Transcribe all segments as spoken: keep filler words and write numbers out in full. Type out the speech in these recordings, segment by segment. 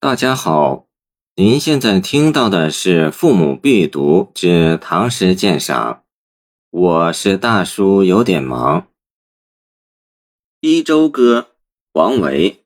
大家好，您现在听到的是《父母必读之唐诗鉴赏》，我是大叔，有点忙。《伊州歌》王维。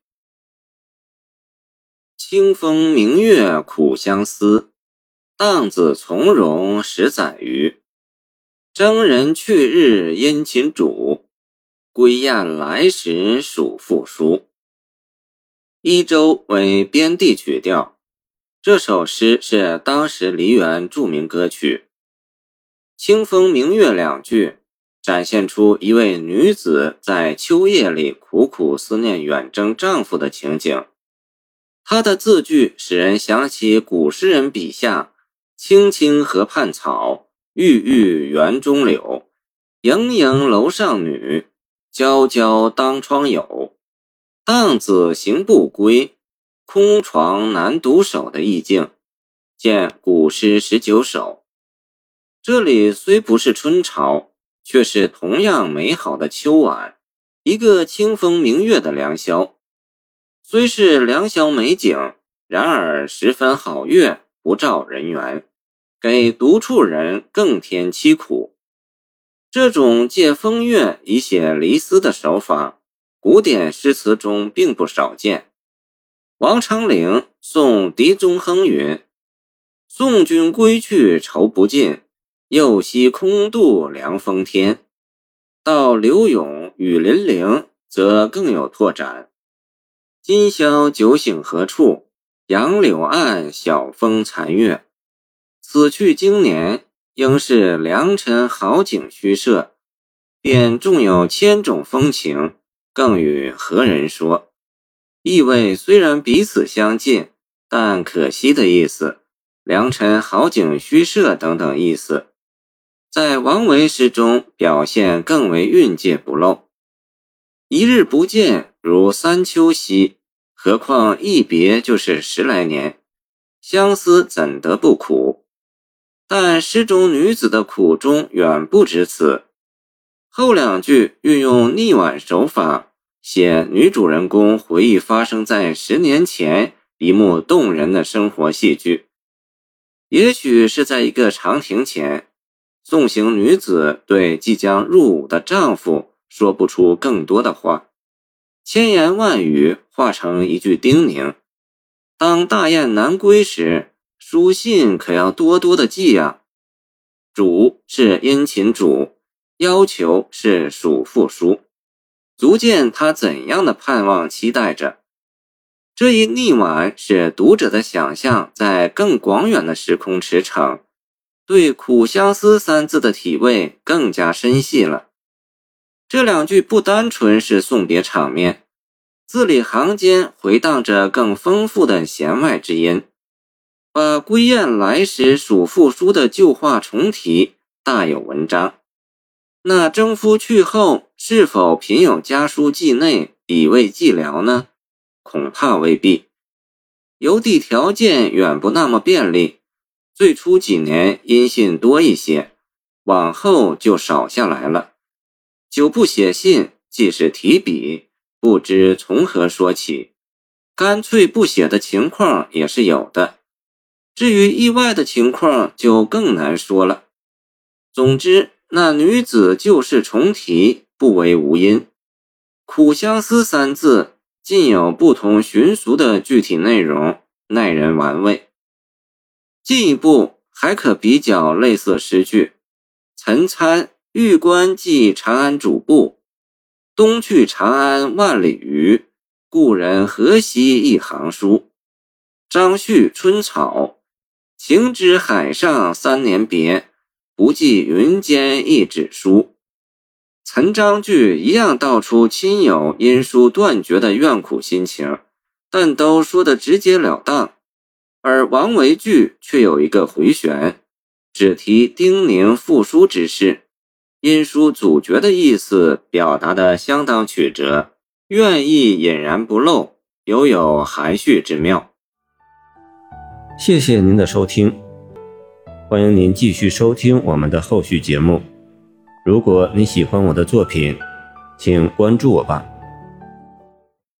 清风明月苦相思，荡子从容十载余。征人去日殷勤主，归雁来时属赋书。伊州为边地曲调，这首诗是当时梨园著名歌曲。清风明月两句展现出一位女子在秋夜里苦苦思念远征丈夫的情景。她的字句使人想起古诗人笔下青青河畔草，郁郁园中柳，盈盈楼上女，皎皎当窗有，荡子行不归，空床难独守的意境，见古诗十九首。这里虽不是春潮，却是同样美好的秋晚，一个清风明月的良宵。虽是良宵美景，然而十分好月，不照人缘，给独处人更添凄苦。这种借风月以写离思的手法，古典诗词中并不少见。王昌龄送狄中亨云：送君归去愁不尽，又惜空度凉风天。到柳永雨霖铃则更有拓展。今宵酒醒何处，杨柳岸，晓风残月。此去经年，应是良辰好景虚设，便纵有千种风情，更与何人说。意味虽然彼此相近，但可惜的意思，良辰好景虚设等等意思，在王维诗中表现更为蕴藉不露。一日不见如三秋兮，何况一别就是十来年，相思怎得不苦？但诗中女子的苦衷远不止此。后两句运用逆挽手法，写女主人公回忆发生在十年前一幕动人的生活戏剧。也许是在一个长亭前，送行女子对即将入伍的丈夫说不出更多的话，千言万语化成一句叮咛：当大雁南归时，书信可要多多的寄啊。主是殷勤主，要求是属赋书，足见他怎样的盼望期待着。这一逆挽使读者的想象在更广远的时空驰骋，对苦相思三字的体味更加深细了。这两句不单纯是送别场面，字里行间回荡着更丰富的弦外之音，把归雁来时属赋书的旧话重提，大有文章。那征夫去后是否凭有家书寄内以慰寂寥呢？恐怕未必。邮递条件远不那么便利，最初几年音信多一些，往后就少下来了。久不写信，即使提笔，不知从何说起，干脆不写的情况也是有的。至于意外的情况就更难说了。总之，那女子旧事重提，不为无因。苦相思三字尽有不同寻俗的具体内容，耐人玩味。进一步还可比较类似诗句：岑参玉关寄长安主簿，东去长安万里余，故人何惜一行书。张旭春草，情知海上三年别，不记云间一纸书。岑张句一样道出亲友因书断绝的怨苦心情，但都说得直截了当。而王维句却有一个回旋，只提叮咛赋书之事，因书阻绝的意思表达得相当曲折，愿意隐然不露，犹有含蓄之妙。谢谢您的收听，欢迎您继续收听我们的后续节目。如果你喜欢我的作品，请关注我吧。